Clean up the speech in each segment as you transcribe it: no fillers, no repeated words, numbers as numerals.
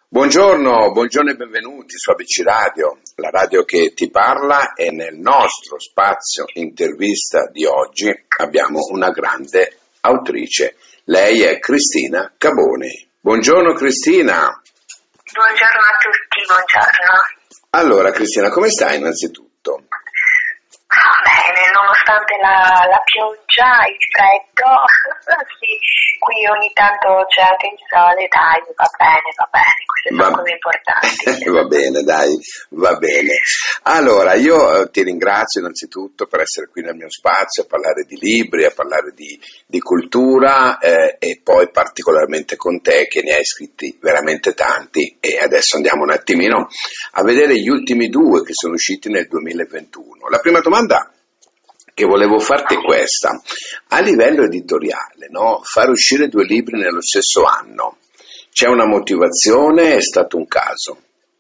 Buongiorno e benvenuti su ABC Radio, la radio che ti parla, e nel nostro spazio intervista di oggi abbiamo una grande autrice. Lei è Cristina Caboni. Buongiorno Cristina. Buongiorno a tutti, buongiorno. Allora Cristina, come stai innanzitutto? Bene, nonostante la pioggia, il freddo, sì, qui ogni tanto c'è anche il sole, dai, va bene, queste sono cose importanti. Va bene, dai, va bene. Allora, io ti ringrazio innanzitutto per essere qui nel mio spazio a parlare di libri, a parlare di cultura e poi particolarmente con te che ne hai scritti veramente tanti, e adesso andiamo un attimino a vedere gli ultimi due che sono usciti nel 2021. La prima domanda che volevo farti è questa: a livello editoriale, no? Fare uscire due libri nello stesso anno, c'è una motivazione? È stato un caso?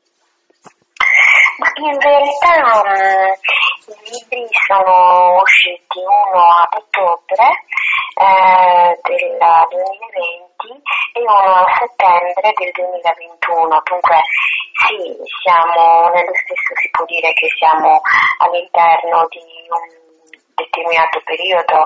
Ma in verità i libri sono usciti uno a ottobre del 2020 e uno a settembre del 2021, dunque sì, siamo nello stesso, si può dire che siamo all'interno di un determinato periodo,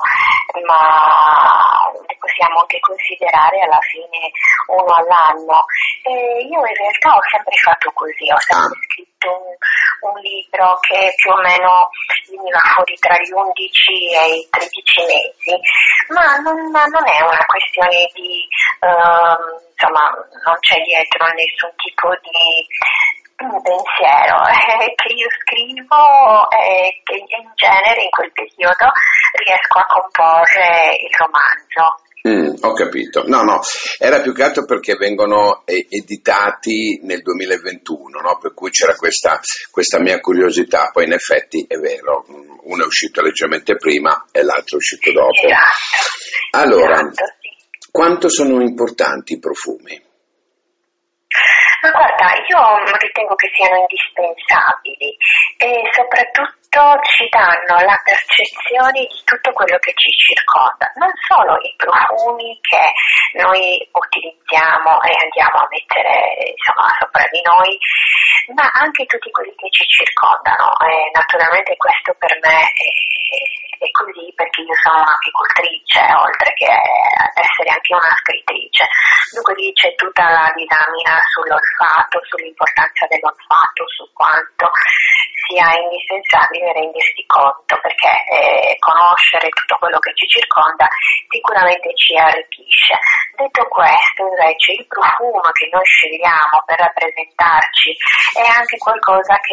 ma li possiamo anche considerare alla fine uno all'anno. Io in realtà ho sempre fatto così, ho sempre scritto un libro che più o meno veniva fuori tra gli 11 e i 13 mesi, ma non è una questione di, insomma, non c'è dietro nessun tipo di pensiero che io scrivo e che in genere in quel periodo riesco a comporre il romanzo. Ho capito. No, era più che altro perché vengono editati nel 2021, no? Per cui c'era questa mia curiosità. Poi in effetti è vero, uno è uscito leggermente prima e l'altro è uscito dopo. Esatto. Allora, Esatto, sì. quanto sono importanti i profumi? Ma guarda, io ritengo che siano indispensabili e soprattutto ci danno la percezione di tutto quello che ci circonda, non solo i profumi che noi utilizziamo e andiamo a mettere sopra di noi, ma anche tutti quelli che ci circondano. E naturalmente questo per me è così perché io sono un'apicoltrice, oltre che essere anche una scrittrice. Dunque lì c'è tutta la disamina sull'olfatto, sull'importanza dell'olfatto, su quanto sia indispensabile rendersi conto, perché conoscere tutto quello che ci circonda sicuramente ci arricchisce. Detto questo, invece, il profumo che noi scegliamo per rappresentarci è anche qualcosa che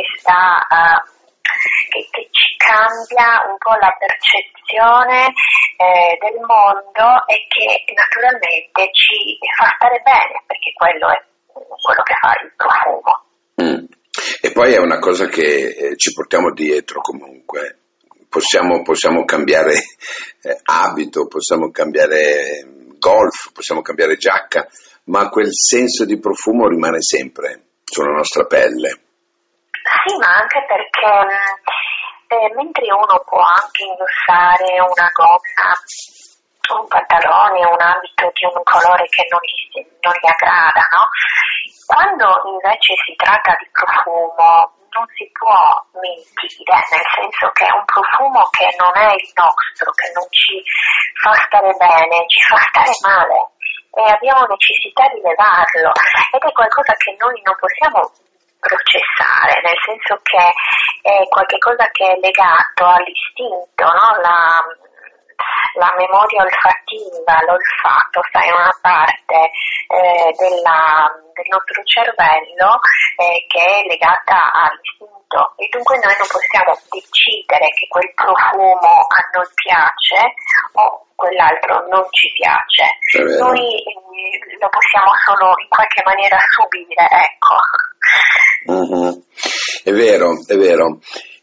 che ci cambia un po' la percezione del mondo e che naturalmente ci fa stare bene, perché quello è quello che fa il profumo. E poi è una cosa che ci portiamo dietro comunque. Possiamo cambiare abito, possiamo cambiare golf, possiamo cambiare giacca, ma quel senso di profumo rimane sempre sulla nostra pelle. Sì, ma anche perché mentre uno può anche indossare una gonna, un pantalone, un abito di un colore che non gli aggrada, no? Quando invece si tratta di profumo non si può mentire, nel senso che è un profumo che non è il nostro, che non ci fa stare bene, ci fa stare male e abbiamo necessità di levarlo, ed è qualcosa che noi non possiamo processare, nel senso che è qualcosa che è legato all'istinto, no? La memoria olfattiva, l'olfatto sta in una parte del nostro cervello che è legata all'istinto, e dunque noi non possiamo decidere che quel profumo a noi piace o quell'altro non ci piace. Noi lo possiamo solo in qualche maniera subire, ecco. Mm-hmm. È vero.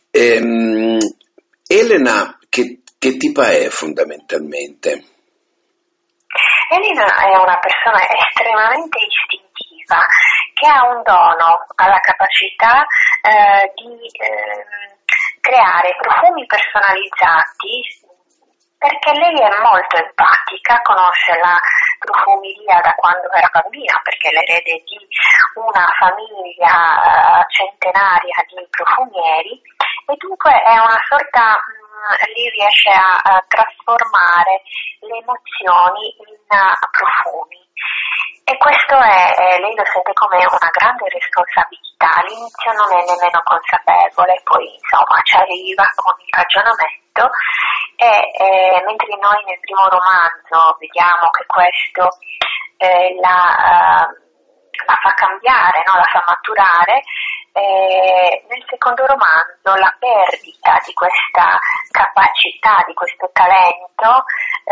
Elena, che tipa è fondamentalmente? Elena è una persona estremamente istintiva, che ha un dono, ha la capacità di creare profumi personalizzati perché lei è molto empatica, conosce la profumeria da quando era bambina, perché è l'erede di una famiglia centenaria di profumieri, e dunque è una sorta, lei riesce a trasformare le emozioni in profumi. E questo lei lo sente come una grande responsabilità. All'inizio non è nemmeno consapevole, poi insomma ci arriva con il ragionamento, e mentre noi nel primo romanzo vediamo che questo la fa cambiare, no? La fa maturare, nel secondo romanzo la perdita di questa capacità, di questo talento,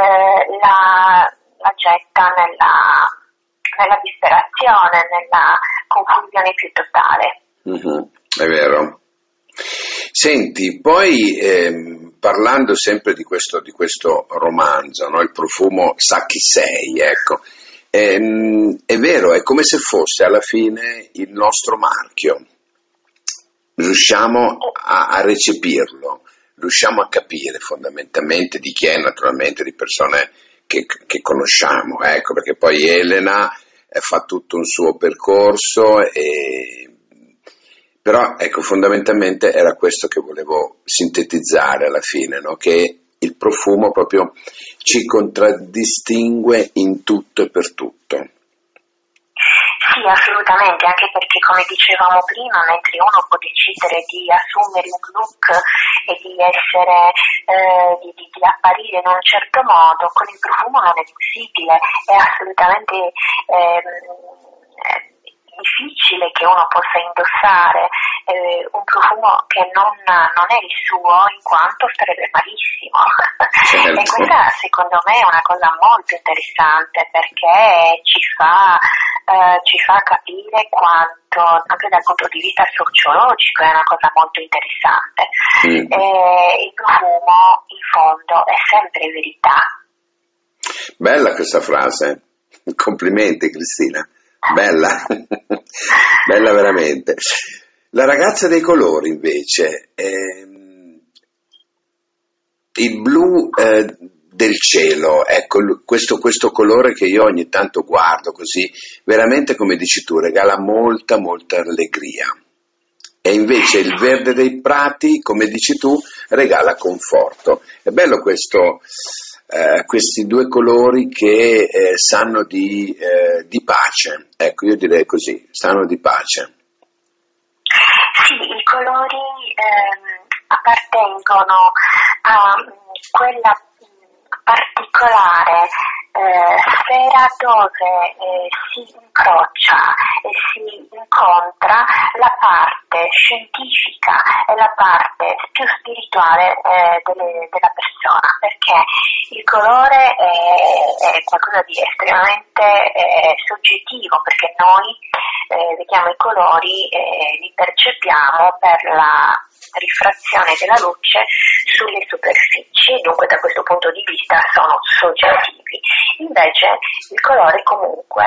la getta nella disperazione, nella confusione più totale. È vero. Senti, poi parlando sempre di questo romanzo, no? Il profumo sa chi sei, ecco. È vero, è come se fosse alla fine il nostro marchio. Riusciamo a recepirlo, riusciamo a capire fondamentalmente di chi è, naturalmente di persone che conosciamo, ecco, perché poi Elena fa tutto un suo percorso, però ecco, fondamentalmente era questo che volevo sintetizzare alla fine, no? Che il profumo proprio ci contraddistingue in tutto e per tutto. Sì, assolutamente, anche perché come dicevamo prima, mentre uno può decidere di assumere un look e di essere, di apparire in un certo modo, con il profumo non è possibile, è assolutamente difficile che uno possa indossare un profumo che non è il suo, in quanto starebbe malissimo. Certo. E questa secondo me è una cosa molto interessante, perché ci fa capire quanto, anche dal punto di vista sociologico, è una cosa molto interessante. Il profumo in fondo è sempre verità. Bella questa frase, complimenti Cristina, bella, bella veramente. La ragazza dei colori invece, il blu del cielo, ecco, questo colore che io ogni tanto guardo così, veramente come dici tu, regala molta allegria. E invece il verde dei prati, come dici tu, regala conforto. È bello questi due colori che sanno di pace, ecco, io direi così, sanno di pace. Sì, i colori appartengono a quella particolare sfera dove si incrocia e si incontra la parte scientifica e la parte più spirituale della persona, perché il colore è qualcosa di estremamente soggettivo, perché noi vediamo i colori e li percepiamo per la rifrazione della luce sulle superfici, dunque da questo punto di vista sono soggettivi. Invece il colore comunque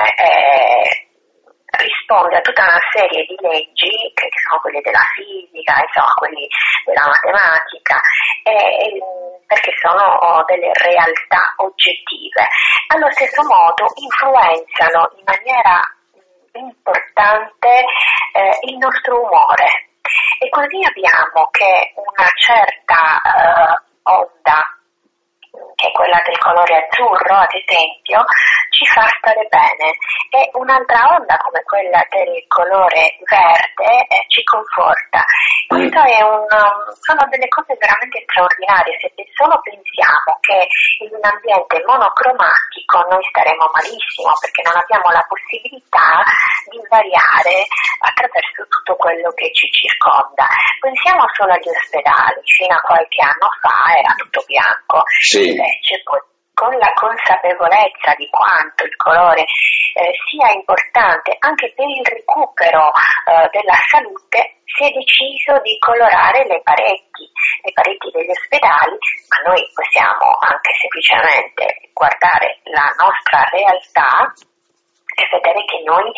risponde a tutta una serie di leggi che sono quelle della fisica, insomma quelli della matematica, perché sono delle realtà oggettive. Allo stesso modo influenzano in maniera importante il nostro umore. E così abbiamo che una certa onda, che è quella del colore azzurro ad esempio, ci fa stare bene, e un'altra onda come quella del colore verde ci conforta. Questo sono delle cose veramente straordinarie. Se solo pensiamo che in un ambiente monocromatico noi staremo malissimo, perché non abbiamo la possibilità di variare attraverso tutto quello che ci circonda. Pensiamo solo agli ospedali, fino a qualche anno fa era tutto bianco. Sì. Invece con la consapevolezza di quanto il colore sia importante anche per il recupero della salute, si è deciso di colorare le pareti degli ospedali, ma noi possiamo anche semplicemente guardare la nostra realtà e vedere che noi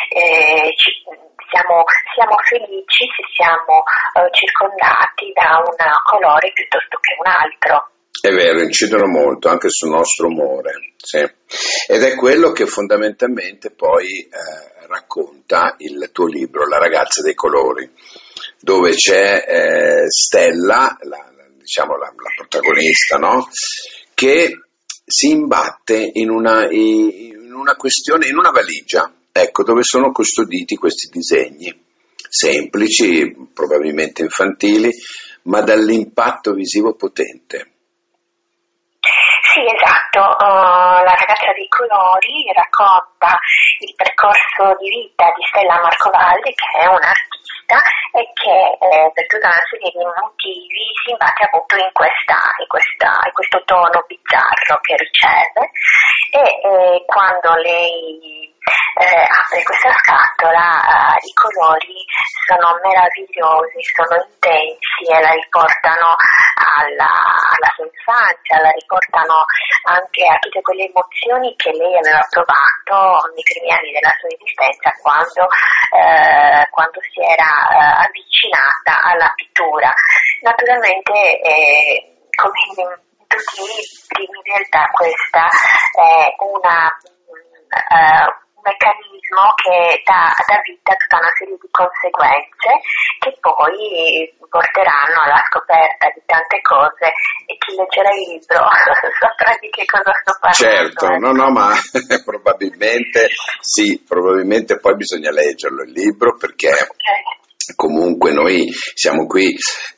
siamo felici se siamo circondati da un colore piuttosto che un altro. È vero, incidono molto anche sul nostro umore, sì. Ed è quello che fondamentalmente poi racconta il tuo libro, La ragazza dei colori, dove c'è Stella, diciamo la protagonista, no? Che si imbatte in una questione, in una valigia, ecco, dove sono custoditi questi disegni, semplici, probabilmente infantili, ma dall'impatto visivo potente. Sì, esatto, La ragazza dei colori racconta il percorso di vita di Stella Marcovalli, che è un'artista e che per tutta una serie di motivi si imbatte appunto in questo tono bizzarro che riceve e quando lei apre questa scatola, i colori sono meravigliosi, sono intensi e la riportano alla sua infanzia, la riportano anche a tutte quelle emozioni che lei aveva provato nei primi anni della sua esistenza quando si era avvicinata alla pittura. Naturalmente, come in tutti i libri, in realtà questa è un meccanismo che dà vita a tutta una serie di conseguenze che poi porteranno alla scoperta di tante cose e chi leggerà il libro saprà di che cosa sto parlando. Certo, no, ma probabilmente sì, probabilmente poi bisogna leggerlo il libro perché comunque noi siamo qui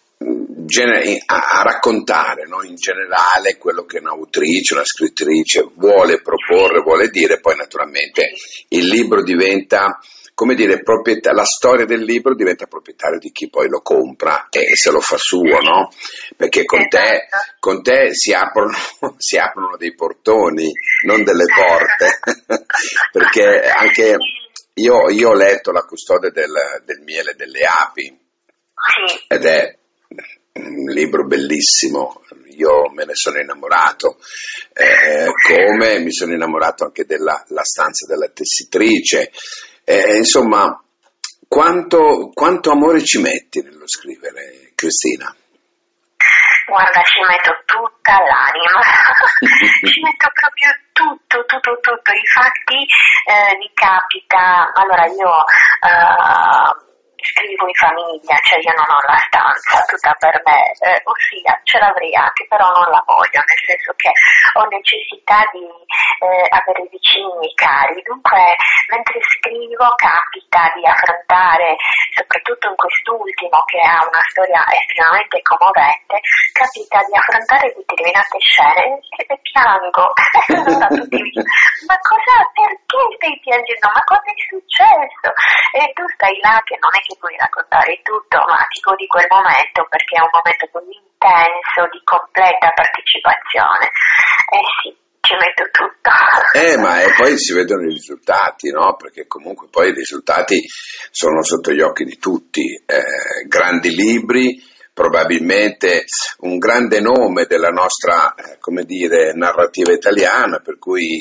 a raccontare, no? In generale quello che un'autrice, una scrittrice vuole proporre, vuole dire, poi naturalmente il libro diventa, come dire, la storia del libro diventa proprietario di chi poi lo compra e se lo fa suo, no? Perché con te si aprono dei portoni, non delle porte, perché anche io ho letto La custode del miele delle api ed è un libro bellissimo, io me ne sono innamorato, come mi sono innamorato anche della La stanza della tessitrice, insomma, quanto amore ci metti nello scrivere, Cristina? Guarda, ci metto tutta l'anima, ci metto proprio tutto, infatti mi capita, allora io scrivo in famiglia, cioè io non ho la stanza tutta per me, ossia ce l'avrei anche, però non la voglio, nel senso che ho necessità di avere vicini cari, dunque mentre scrivo capita di affrontare, soprattutto in quest'ultimo che ha una storia estremamente commovente, capita di affrontare determinate scene e piango, allora tutti mi dicono, ma perché stai piangendo, ma cosa è successo? E tu stai là che non è che puoi raccontare tutto, ma ti godi quel momento perché è un momento così intenso di completa partecipazione. Sì, ci metto tutto. Ma e poi si vedono i risultati, no? Perché comunque poi i risultati sono sotto gli occhi di tutti. Grandi libri, probabilmente un grande nome della nostra, come dire, narrativa italiana, per cui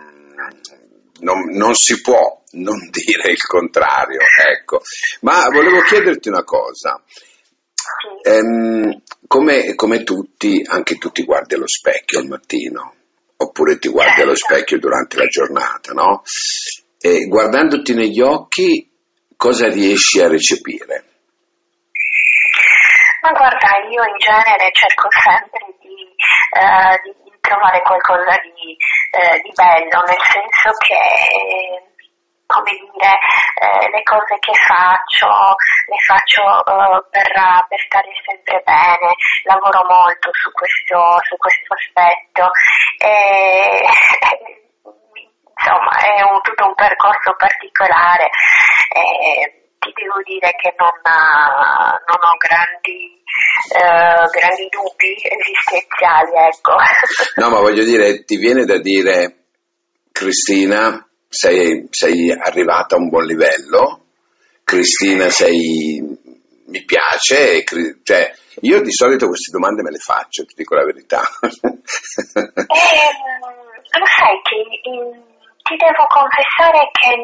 non si può non dire il contrario, ecco. Ma volevo chiederti una cosa. Come tutti, anche tu ti guardi allo specchio al mattino, oppure ti guardi allo specchio durante la giornata, no? E guardandoti negli occhi, cosa riesci a recepire? Ma guarda, io in genere cerco sempre di trovare qualcosa di bello, nel senso che, come dire, le cose che faccio, le faccio per stare sempre bene, lavoro molto su questo aspetto. Insomma, è tutto un percorso particolare. Ti devo dire che non ho grandi dubbi esistenziali, ecco. No, ma voglio dire, ti viene da dire, Cristina, sei arrivata a un buon livello, Cristina mi piace, cioè, io di solito queste domande me le faccio, ti dico la verità. Lo sai che ti devo confessare che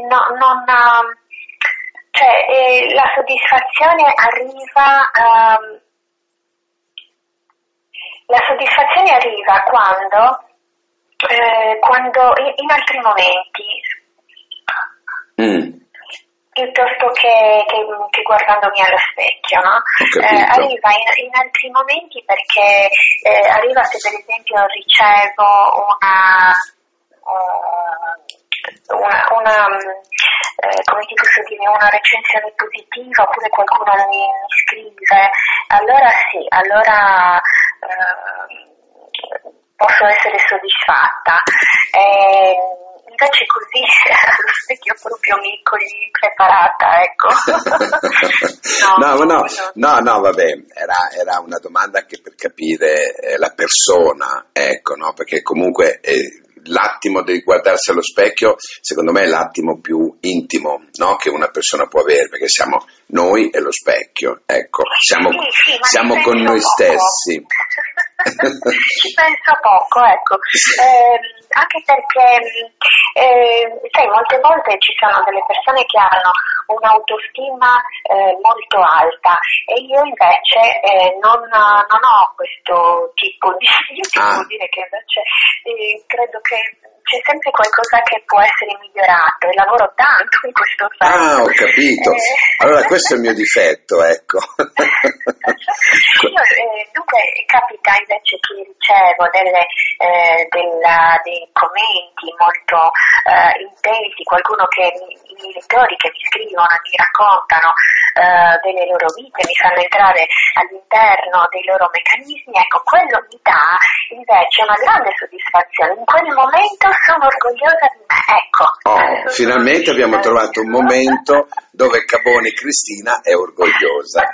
cioè la soddisfazione arriva La soddisfazione arriva quando in altri momenti, piuttosto che guardandomi allo specchio, no? Arriva in altri momenti perché arriva se per esempio ricevo come ti posso dire, una recensione positiva, oppure qualcuno mi scrive, allora sì, posso essere soddisfatta. Invece così allo specchio proprio mi cogli preparata, ecco. No, vabbè, era una domanda anche per capire la persona, ecco, no? Perché comunque l'attimo di guardarsi allo specchio, secondo me, è l'attimo più intimo, no? Che una persona può avere, perché siamo noi e lo specchio, ecco, siamo con noi stessi. Ci penso poco, ecco, anche perché sai, molte volte ci sono delle persone che hanno un'autostima molto alta e io invece non ho questo tipo di devo dire che invece credo che c'è sempre qualcosa che può essere migliorato e lavoro tanto in questo senso. Ho capito. Allora questo è il mio difetto, ecco. Dunque capita invece che ricevo dei commenti molto intensi, qualcuno i miei lettori che mi scrivono, mi raccontano delle loro vite, mi fanno entrare all'interno dei loro meccanismi, ecco, quello mi dà invece una grande soddisfazione. In quel momento sono orgogliosa di me, ecco. Finalmente abbiamo trovato un momento dove Caboni Cristina è orgogliosa.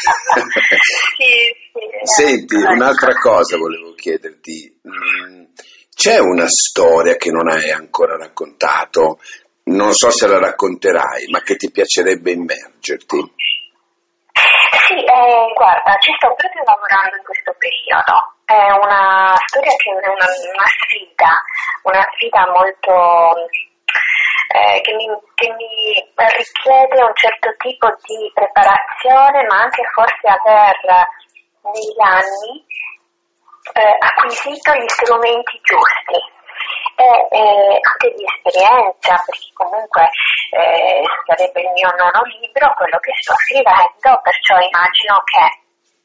Sì, Senti, un'altra cosa volevo chiederti. C'è una storia che non hai ancora raccontato, non so se la racconterai, ma che ti piacerebbe immergerti? Sì, guarda, ci sto proprio lavorando in questo periodo. È una storia che è una sfida molto che mi richiede un certo tipo di preparazione, ma anche forse aver negli anni acquisito gli strumenti giusti e anche di esperienza, perché comunque sarebbe il mio nono libro quello che sto scrivendo, perciò immagino che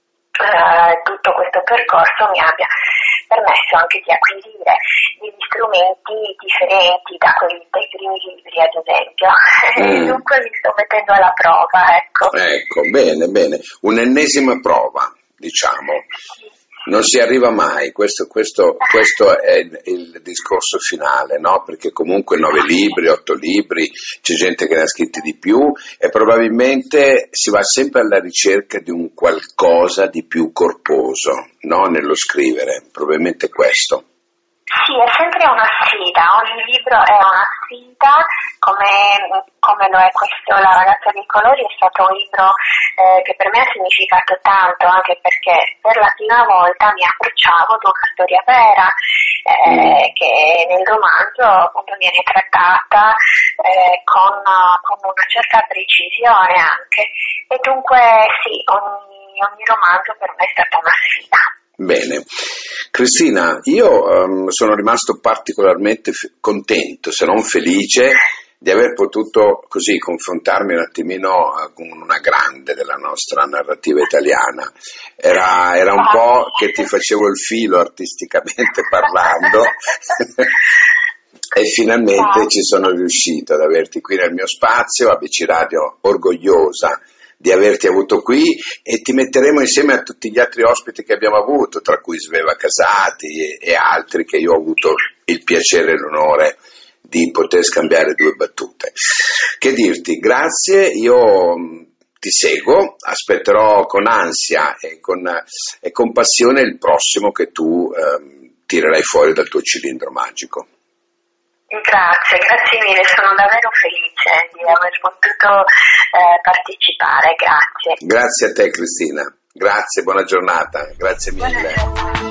tutto questo percorso mi abbia permesso anche di acquisire degli strumenti differenti dai primi libri, ad esempio. Dunque mi sto mettendo alla prova, ecco. Ecco, bene, un'ennesima prova, diciamo. Non si arriva mai, questo è il discorso finale, no? Perché comunque 9 libri, 8 libri, c'è gente che ne ha scritti di più e probabilmente si va sempre alla ricerca di un qualcosa di più corposo, no? Nello scrivere, probabilmente questo. Sì, è sempre una sfida, ogni libro è una sfida, come lo è questo La ragazza dei colori, è stato un libro che per me ha significato tanto, anche perché per la prima volta mi approcciavo ad una storia vera, che nel romanzo appunto viene trattata con una certa precisione anche, e dunque sì, ogni romanzo per me è stata una sfida. Bene. Cristina, io sono rimasto particolarmente contento, se non felice, di aver potuto così confrontarmi un attimino con una grande della nostra narrativa italiana. Era un po' che ti facevo il filo artisticamente parlando e finalmente ci sono riuscito ad averti qui nel mio spazio, ABC Radio orgogliosa di averti avuto qui, e ti metteremo insieme a tutti gli altri ospiti che abbiamo avuto, tra cui Sveva Casati e altri che io ho avuto il piacere e l'onore di poter scambiare 2 battute. Che dirti, grazie, io ti seguo, aspetterò con ansia e con passione il prossimo che tu tirerai fuori dal tuo cilindro magico. Grazie mille, sono davvero felice di aver potuto partecipare, grazie. Grazie a te Cristina, grazie, buona giornata, grazie mille.